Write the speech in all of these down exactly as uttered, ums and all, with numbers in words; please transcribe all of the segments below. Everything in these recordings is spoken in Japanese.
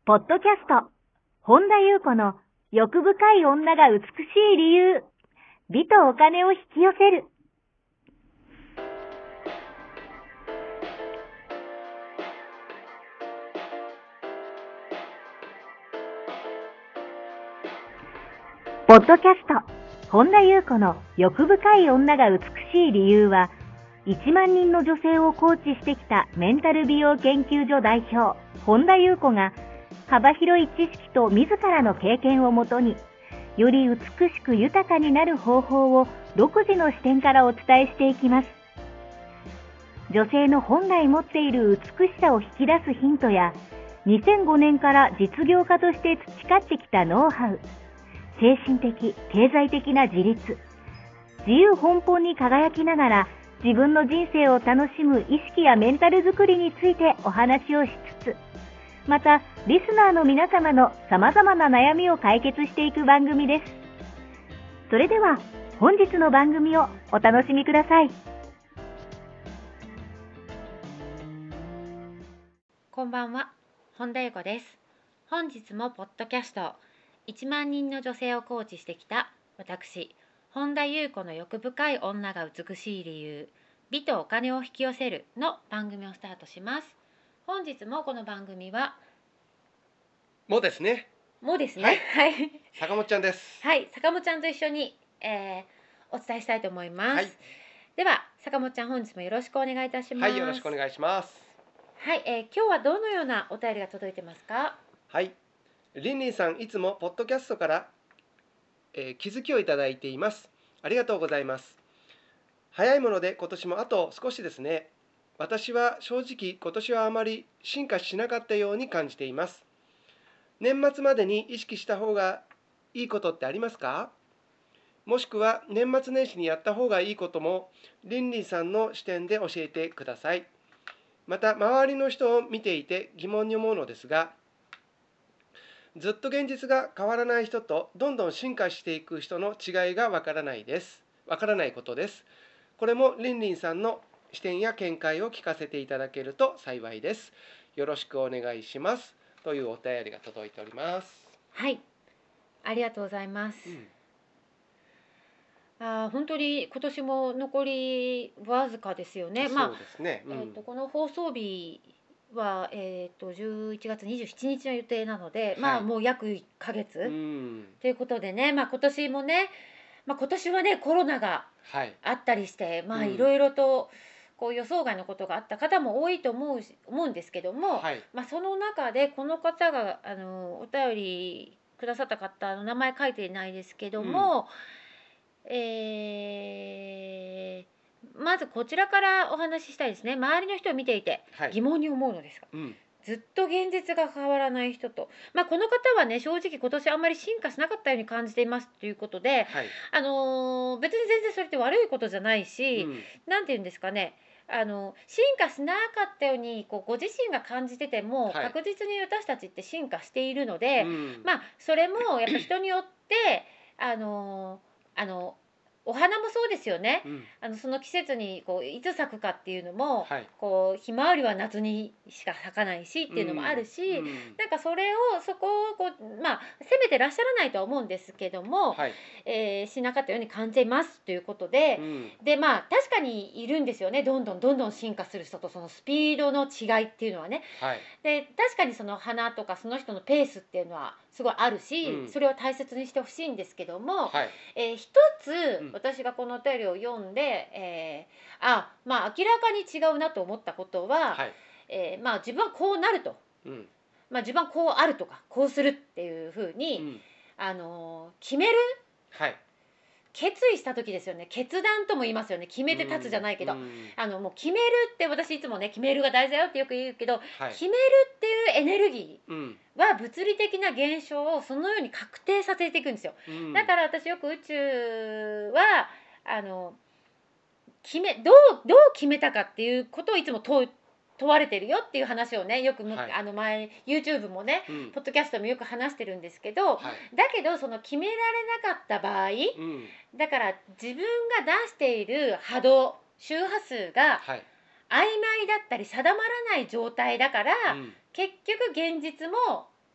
ポッドキャスト、本田裕子の欲深い女が美しい理由、美とお金を引き寄せる。ポッドキャスト、本田裕子の欲深い女が美しい理由は、いちまんにんの女性をコーチしてきたメンタル美容研究所代表、本田裕子が、幅広い知識と自らの経験をもとに、より美しく豊かになる方法を独自の視点からお伝えしていきます。女性の本来持っている美しさを引き出すヒントや、にせんごねんから実業家として培ってきたノウハウ、精神的、経済的な自立、自由奔放に輝きながら自分の人生を楽しむ意識やメンタルづくりについてお話をしつつ、またリスナーの皆様の様々な悩みを解決していく番組です。それでは本日の番組をお楽しみください。 こんばんは、本田裕子です。本日もポッドキャストいちまんにんの女性をコーチしてきた私、本田裕子の欲深い女が美しい理由、美とお金を引き寄せるの番組をスタートします。本日もこの番組はもですね。 もですね。 はい。 はい。 坂本ちゃんです。 はい、坂本ちゃんと一緒に、えー、お伝えしたいと思います。 はい、 では、坂本ちゃん、本日もよろしくお願いいたします。 はい、よろしくお願いします。 はい、えー、今日はどのようなお便りが届いてますか？ はい。リンリンさん、いつもポッドキャストから、えー、気づきをいただいています。ありがとうございます。早いもので今年もあと少しですね。私は正直今年はあまり進化しなかったように感じています。年末までに意識した方がいいことってありますか？もしくは年末年始にやった方がいいこともリンリンさんの視点で教えてください。また周りの人を見ていて疑問に思うのですが、ずっと現実が変わらない人とどんどん進化していく人の違いがわからないです。わからないことです。これもリンリンさんの視点や見解を聞かせていただけると幸いです。よろしくお願いします。というお便りが届いております。 はい、ありがとうございます。うん、あ、本当に今年も残りわずかですよね。 そうですね。 まあ、えーと、この放送日は、えー、とじゅういちがつにじゅうしちにちの予定なので、はい、まあもう約いっかげつということでね、まあ、今年もね、まあ、今年はねコロナがあったりして、はい、まあいろいろとこう予想外のことがあった方も多いと思う思うんですけども、はい、まあ、その中でこの方があのお便りくださった方の名前書いてないですけども、うん、えーまずこちらからお話ししたいですね。周りの人を見ていて疑問に思うのですが、はい、うん、ずっと現実が変わらない人と、まあ、この方はね正直今年あんまり進化しなかったように感じていますということで、はい、あのー、別に全然それって悪いことじゃないし、うん、なんていうんですかね、あの進化しなかったようにこうご自身が感じてても、はい、確実に私たちって進化しているので、うん、まあそれもやっぱ人によってあのー、あのお花もそうですよね、うん、あのその季節にこういつ咲くかっていうのも、はい、こうひまわりは夏にしか咲かないしっていうのもあるし、うんうん、なんかそれをそこをこう、まあ、責めてらっしゃらないとは思うんですけども、はい、えー、しなかったように感じてますということで、うん、でまあ確かにいるんですよね。どんどんどんどん進化する人とそのスピードの違いっていうのはね、はい、で確かにその花とかその人のペースっていうのはすごいあるし、うん、それを大切にしてほしいんですけども、はい、えー、一つ、うん、私がこのお便りを読んで、えー、あまあ明らかに違うなと思ったことは、はい、えー、まあ自分はこうなると、うん、まあ自分はこうあるとかこうするっていうふうに、うん、あのー、決める、はい、決意した時ですよね。決断とも言いますよね。決めて立つじゃないけど、あのもう決めるって私いつもね決めるが大事だよってよく言うけど、はい、決めるっていうエネルギーは物理的な現象をそのように確定させていくんですよ。うん、だから私よく宇宙はあの決めどうどう決めたかっていうことをいつも問う問われてるよっていう話をねよく、はい、あの前 YouTube もね、うん、ポッドキャストもよく話してるんですけど、はい、だけどその決められなかった場合、うん、だから自分が出している波動周波数が曖昧だったり定まらない状態だから、うん、結局現実も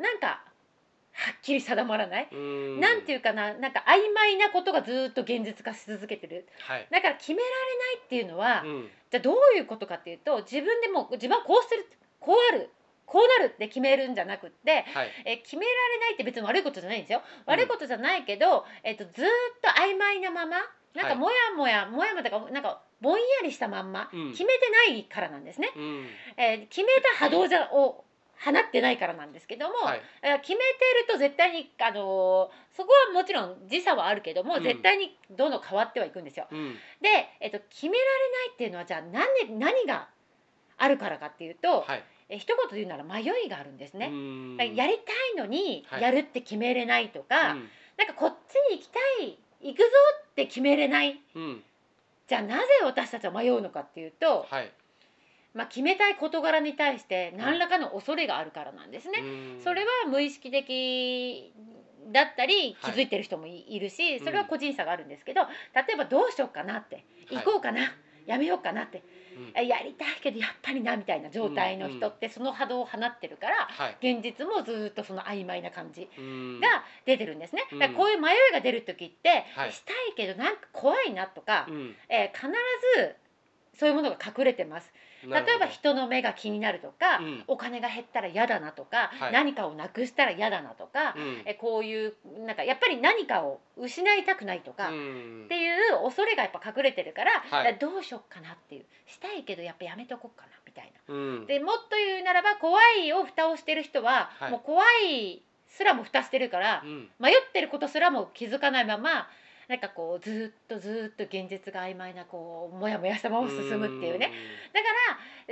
なんかはっきり定まらない、んなんていうかな、なんか曖昧なことがずっと現実化し続けてる、はい、だから決められないっていうのは、うん、じゃあどういうことかっていうと、自分でも自分はこうする、こうある、こうなるって決めるんじゃなくって、はい、え決められないって別に悪いことじゃないんですよ。悪いことじゃないけど、うん、えっと、ずっと曖昧なまま、なんかもやもや、はい、もやもやとか、なんかぼんやりしたまんま、うん、決めてないからなんですね。うん、えー、決めた波動じゃを放ってないからなんですけども、はい、決めてると絶対に、あのー、そこはもちろん時差はあるけども、うん、絶対にどんどん変わってはいくんですよ。うん、で、えっと、決められないっていうのはじゃあ 何, 何があるからかっていうと、はい、え一言で言うなら迷いがあるんですね。やりたいのにやるって決めれないとか、はい、なんかこっちに行きたい、行くぞって決めれない、うん、じゃあなぜ私たちは迷うのかっていうと、はい、まあ、決めたい事柄に対して何らかの恐れがあるからなんですね。うん、それは無意識的だったり気づいてる人も い,、いるし、それは個人差があるんですけど、例えばどうしようかなって、行こうかな、はい、やめようかなって、うん、やりたいけどやっぱりなみたいな状態の人ってその波動を放ってるから、うん、現実もずっとその曖昧な感じが出てるんですね。だからこういう迷いが出る時って、はい、したいけどなんか怖いなとか、うん、えー、必ずそういうものが隠れてます。例えば人の目が気になるとか、うん、お金が減ったら嫌だなとか、はい、何かをなくしたら嫌だなとか、うん、えこういうなんかやっぱり何かを失いたくないとか、うん、っていう恐れがやっぱ隠れてるから、はい、どうしよっかなっていう、したいけどやっぱやめとこうかなみたいな、うん、でもっと言うならば怖いを蓋をしてる人は、はい、もう怖いすらも蓋してるから、うん、迷ってることすらも気づかないままなんかこうずっとずっと現実が曖昧なこうモヤモヤしたまま進むっていうね。だから、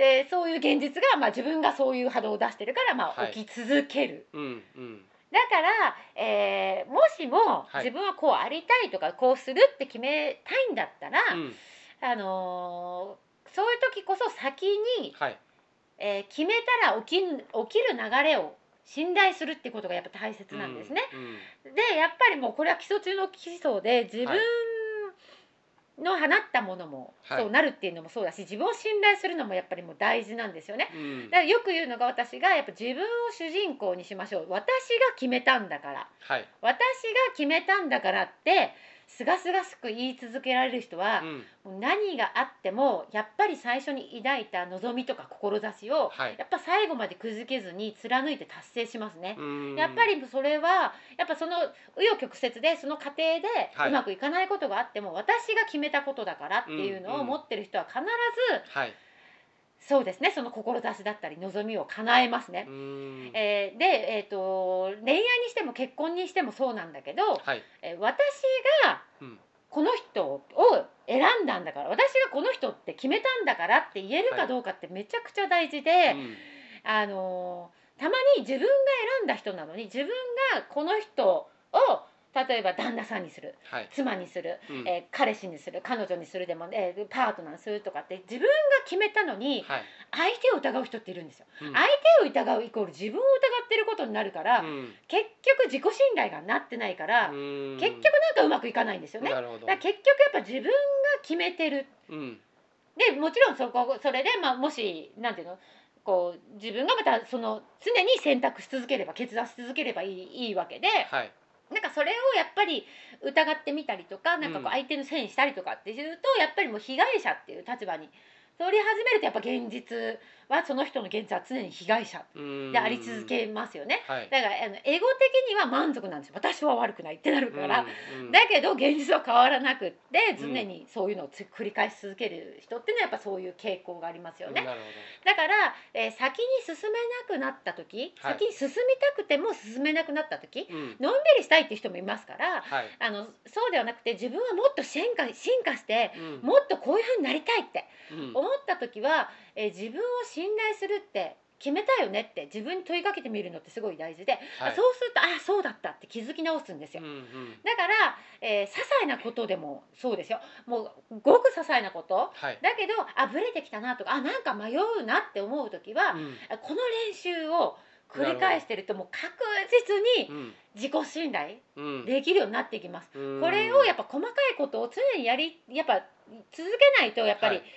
えー、そういう現実が、まあ、自分がそういう波動を出してるから、まあ、起き続ける、はい、うんうん、だから、えー、もしも自分はこうありたいとかこうするって決めたいんだったら、うん、あのー、そういう時こそ先に、はい、えー、決めたら起き、起きる流れを信頼するってことがやっぱ大切なんですね、うんうん、でやっぱりもうこれは基礎中の基礎で自分の放ったものもそうなるっていうのもそうだし、はい、自分を信頼するのもやっぱりもう大事なんですよね、うん、だからよく言うのが私がやっぱ自分を主人公にしましょう、私が決めたんだから、はい、私が決めたんだからってすがすがしく言い続けられる人は、うん、もう何があってもやっぱり最初に抱いた望みとか志を、はい、やっぱ最後までくじけずに貫いて達成しますね。やっぱりそれはやっぱその紆余曲折でその過程でうまくいかないことがあっても、はい、私が決めたことだからっていうのを持ってる人は必ず、はい、そうですね、その志だったり望みを叶えますね。えー、で、えーと、恋愛にしても結婚にしてもそうなんだけど、はい、えー、私がこの人を選んだんだから、私がこの人って決めたんだからって言えるかどうかってめちゃくちゃ大事で、はい、うん、あのー、たまに自分が選んだ人なのに自分がこの人を例えば旦那さんにする、はい、妻にする、うん、えー、彼氏にする、彼女にするでも、えー、パートナーにするとかって自分が決めたのに、はい、相手を疑う人っているんですよ、うん、相手を疑うイコール自分を疑ってることになるから、うん、結局自己信頼がなってないから、うん、結局なんかうまくいかないんですよね。だから結局やっぱ自分が決めてる、うん、でもちろんそこそれで、まあ、もしなんていうのこう自分がまたその常に選択し続ければ決断し続ければいい、いいわけで、はい、なんかそれをやっぱり疑ってみたりとか、なんかこう相手のせいにしたりとかっていうと、やっぱりもう被害者っていう立場に取り始めると、やっぱ現実はその人の現実は常に被害者であり続けますよね。はい、だからあのエゴ的には満足なんですよ、私は悪くないってなるから。だけど現実は変わらなくって常にそういうのを繰り返し続ける人っていうのはやっぱそういう傾向がありますよね。なるほど。だから、えー、先に進めなくなった時、はい、先に進みたくても進めなくなった時、うん、のんびりしたいっていう人もいますから、はい、あのそうではなくて自分はもっと進化、進化して、うん、もっとこういう風になりたいって思った時は、えー、自分を信頼するって決めたよねって自分に問いかけてみるのってすごい大事で、はい、そうするとああそうだったって気づき直すんですよ、うんうん、だから、えー、些細なことでもそうですよ、もうごく些細なこと、はい、だけどあブレてきたなとかあなんか迷うなって思う時は、うん、この練習を繰り返してるともう確実に自己信頼できるようになっていきます、うん、これをやっぱ細かいことを常にやりやっぱ続けないとやっぱり、はい、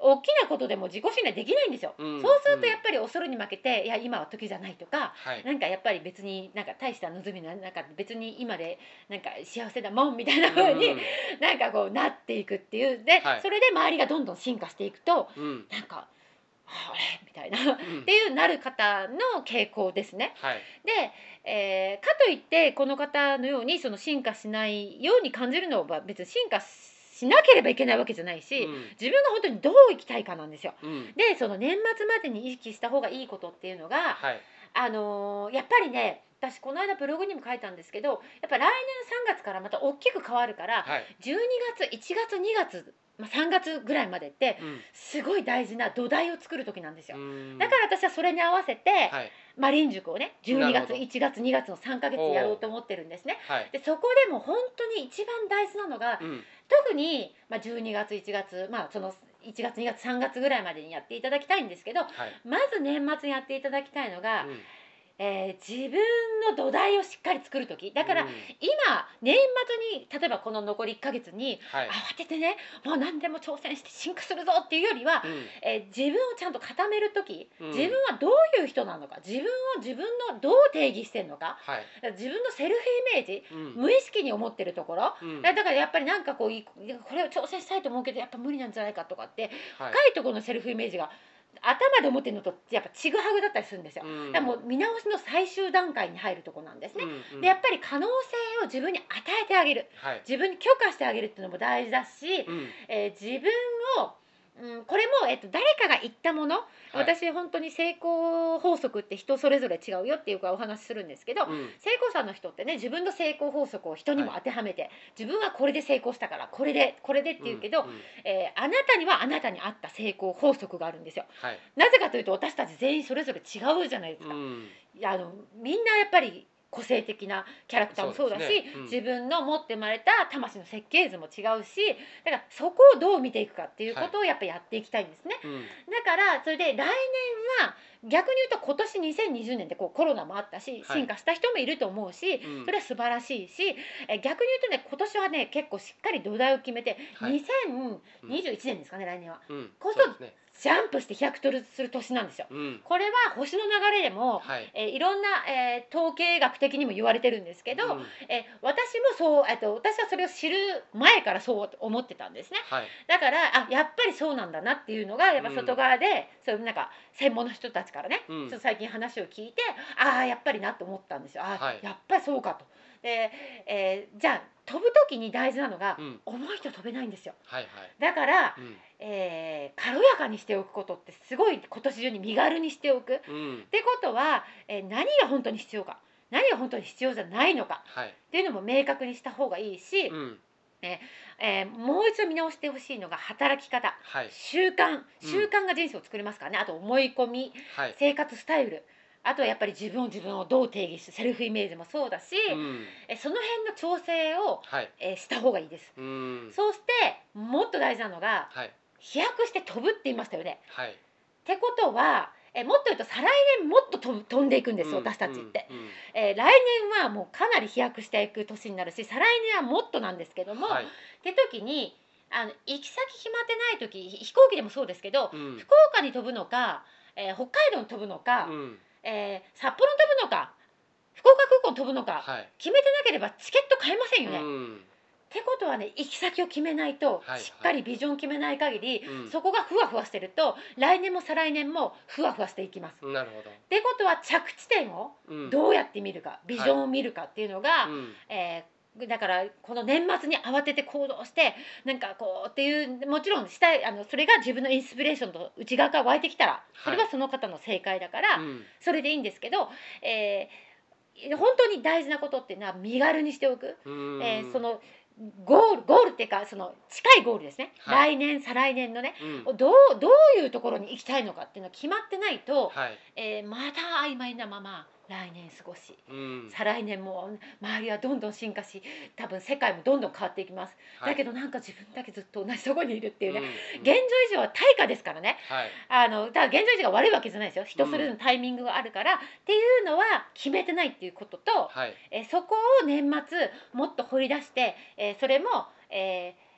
大きなことでも自己信頼できないんですよ、 うん、 そうするとやっぱり恐るに負けて、いや今は時じゃないとか、 はい、 なんかやっぱり別になんか大した望みな、なんか別に今でなんか幸せだもんみたいな風に、うん、なんかこうなっていくっていうで、はい、それで周りがどんどん進化していくと、うん、なんかあれみたいな、うん、っていうなる方の傾向ですね。はい、で、えー、かといってこの方のようにその進化しないように感じるのは別に進化しなければいけないわけじゃないし、うん、自分が本当にどう生きたいかなんですよ。うん、でその年末までに意識した方がいいことっていうのが、はい、あのー、やっぱりね、私この間ブログにも書いたんですけど、やっぱ来年さんがつからまた大きく変わるから、はい、じゅうにがついちがつにがつまあ、さんがつぐらいまでってすごい大事な土台を作る時なんですよ。だから私はそれに合わせて、はい、マリン塾をねじゅうにがついちがつにがつのさんかげつやろうと思ってるんですね。はい、でそこでも本当に一番大事なのが、うん、特に、まあ、じゅうにがついちがつ、まあ、そのいちがつにがつさんがつぐらいまでにやっていただきたいんですけど、はい、まず年末にやっていただきたいのが、うんえー、自分の土台をしっかり作る時だから、うん、今年末に例えばこの残りいっかげつに、はい、慌ててねもう何でも挑戦して進化するぞっていうよりは、うんえー、自分をちゃんと固める時、うん、自分はどういう人なのか自分を自分のどう定義してるのか、はい、自分のセルフイメージ、うん、無意識に思ってるところ、うん、だからやっぱりなんかこうこれを挑戦したいと思うけどやっぱ無理なんじゃないかとかって、はい、深いところのセルフイメージが頭で思ってるのとやっぱちぐはぐだったりするんですよ、うん、だからもう見直しの最終段階に入るところなんですね、うんうん、でやっぱり可能性を自分に与えてあげる、はい、自分に許可してあげるっていうのも大事だし、うんえー、自分をうん、これも、えっと、誰かが言ったもの、はい、私本当に成功法則って人それぞれ違うよっていうかお話しするんですけど、うん、成功者の人ってね自分の成功法則を人にも当てはめて、はい、自分はこれで成功したからこれでこれでって言うけど、うんうんえー、あなたにはあなたに合った成功法則があるんですよ、はい、なぜかというと私たち全員それぞれ違うじゃないですか、うん、いやあのみんなやっぱり個性的なキャラクターもそうだし、ねうん、自分の持って生まれた魂の設計図も違うしだからそこをどう見ていくかっていうことをやっぱりやっていきたいんですね、はい、だからそれで来年は逆に言うと今年にせんにじゅうねんってこうコロナもあったし進化した人もいると思うし、はい、それは素晴らしいし、え逆に言うとね今年はね結構しっかり土台を決めて、はい、にせんにじゅういちねんですかね、来年は、うん、こそジャンプして飛躍する年なんですよ、うん、これは星の流れでも、はいえー、いろんな、えー、統計学的にも言われてるんですけど、うんえー、私もそう、えー、と私はそれを知る前からそう思ってたんですね、はい、だからあやっぱりそうなんだなっていうのがやっぱ外側で、うん、そういうなんか専門の人たちからね、うん、ちょっと最近話を聞いてああやっぱりなと思ったんですよ、あ、はい、やっぱりそうかとで、えー、じゃあ飛ぶ時に大事なのが、うん、重いと飛べないんですよ、はいはい、だから、うんえー、軽やかにしておくことってすごい今年中に身軽にしておく、うん、ってことは、えー、何が本当に必要か何が本当に必要じゃないのか、はい、っていうのも明確にした方がいいし、うんえーえー、もう一度見直してほしいのが働き方、はい、習慣習慣が人生を作りますからね、うん、あと思い込み、はい、生活スタイルあとはやっぱり自分を自分をどう定義してセルフイメージもそうだし、うん、えその辺の調整を、はいえー、した方がいいです、うん、そうしてもっと大事なのが、はい、飛躍して飛ぶって言いましたよね、はい、ってことはえもっと言うと再来年もっと飛んでいくんですよ、うん、私たちって、うんうんえー、来年はもうかなり飛躍していく年になるし再来年はもっとなんですけども、はい、って時にあの行き先決まってない時飛行機でもそうですけど、うん、福岡に飛ぶのか、えー、北海道に飛ぶのか、うんえー、札幌に飛ぶのか福岡空港に飛ぶのか、はい、決めてなければチケット買えませんよね、うん、ってことはね行き先を決めないと、はい、しっかりビジョンを決めない限り、はい、そこがふわふわしてると来年も再来年もふわふわしていきます。なるほど。ってことは着地点をどうやって見るか、うん、ビジョンを見るかっていうのが、はいえーだからこの年末に慌てて行動してなんかこうっていうもちろんしたいあのそれが自分のインスピレーションと内側から湧いてきたらそれはその方の正解だから、はい、それでいいんですけど、えー、本当に大事なことっていうのは身軽にしておく、えー、そのゴールゴールっていうかその近いゴールですね、はい、来年再来年のね、うん、どうどういうところに行きたいのかっていうのが決まってないと、はいえー、また曖昧なまま来年過ごし、うん、再来年も周りはどんどん進化し多分世界もどんどん変わっていきます、はい、だけどなんか自分だけずっと同じところにいるっていうね、うんうん、現状維持は対価ですからね、はい、あのだから現状維持が悪いわけじゃないですよ、人それぞれのタイミングがあるから、うん、っていうのは決めてないっていうことと、はいえー、そこを年末もっと掘り出して、えー、それも、えー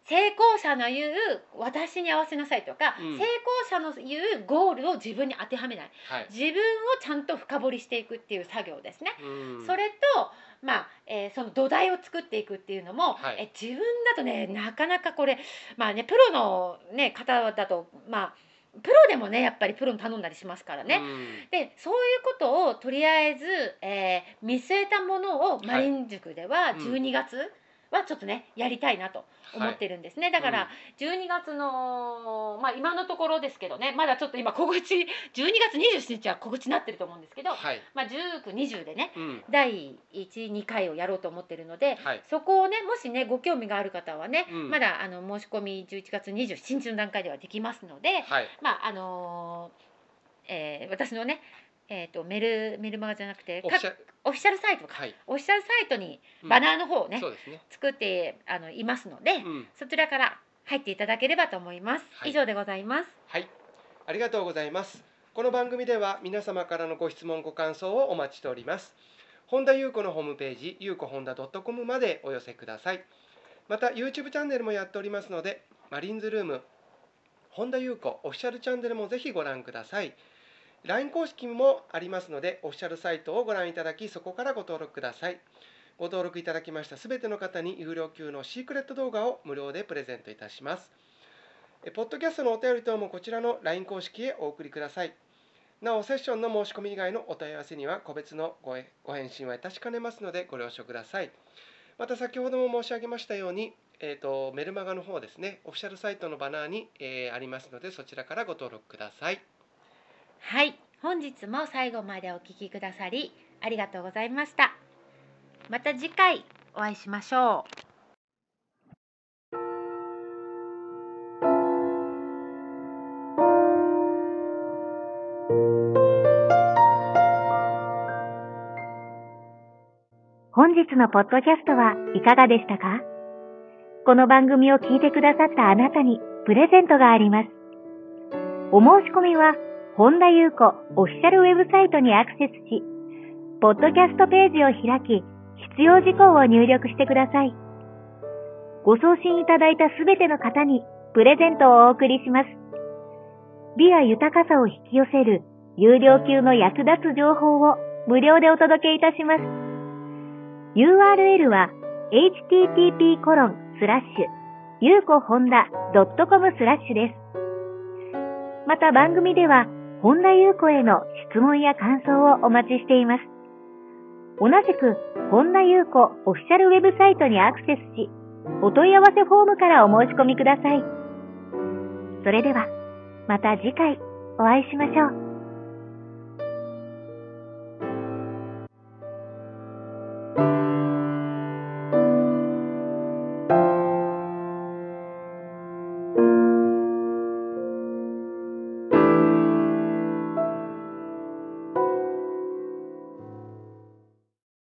成功者の言う私に合わせなさいとか、うん、成功者の言うゴールを自分に当てはめない、はい、自分をちゃんと深掘りしていくっていう作業ですね。うん、それと、まあえー、その土台を作っていくっていうのも、はい、え自分だとねなかなかこれ、まあね、プロの、ね、方だとまあプロでもねやっぱりプロに頼んだりしますからね、うん、でそういうことをとりあえず、えー、見据えたものをマリン塾ではじゅうにがつはちょっとねやりたいなと思ってるんですね、はい、だからじゅうにがつの、まあ、今のところですけどねまだちょっと今告知じゅうにがつにじゅうしちにちは告知になってると思うんですけど、はい、まあ、じゅうく、にじゅうでね、うん、だいいち、にかいをやろうと思ってるので、はい、そこをねもしねご興味がある方はね、うん、まだあの申し込みじゅういちがつにじゅうしちにちの段階ではできますので、はい、まああのーえー、私のねえー、とメルメルマガじゃなくてオフィシャル、 オフィシャルサイトか、はい、オフィシャルサイトにバナーの方をね、うんね、作ってあのいますので、うん、そちらから入っていただければと思います、はい、以上でございます。 はい、ありがとうございます。この番組では皆様からのご質問ご感想をお待ちしております。本田裕子のホームページゆうこ本田 .com までお寄せください。また YouTube チャンネルもやっておりますので、マリンズルーム本田裕子オフィシャルチャンネルもぜひご覧ください。ライン 公式もありますので、オフィシャルサイトをご覧いただき、そこからご登録ください。ご登録いただきましたすべての方に有料級のシークレット動画を無料でプレゼントいたします。ポッドキャストのお便り等もこちらの ライン 公式へお送りください。なお、セッションの申し込み以外のお問い合わせには個別のご返信はいたしかねますのでご了承ください。また先ほども申し上げましたように、えーと、メルマガの方ですね、オフィシャルサイトのバナーに、えー、ありますので、そちらからご登録ください。 はい、本日も最後までお聞きくださりありがとうございました。また次回お会いしましょう。 本日のポッドキャストはいかがでしたか？この番組を聞いてくださったあなたにプレゼントがあります。お申し込みは本田裕子オフィシャルウェブサイトにアクセスし、ポッドキャストページを開き、必要事項を入力してください。ご送信いただいたすべての方にプレゼントをお送りします。美や豊かさを引き寄せる有料級の役立つ情報を無料でお届けいたします。ユーアールエル は エイチティーティーピーコロンスラッシュゆうこほんだドットコムスラッシュです。また番組では本田裕子への質問や感想をお待ちしています。同じく本田裕子オフィシャルウェブサイトにアクセスし、お問い合わせフォームからお申し込みください。それではまた次回お会いしましょう。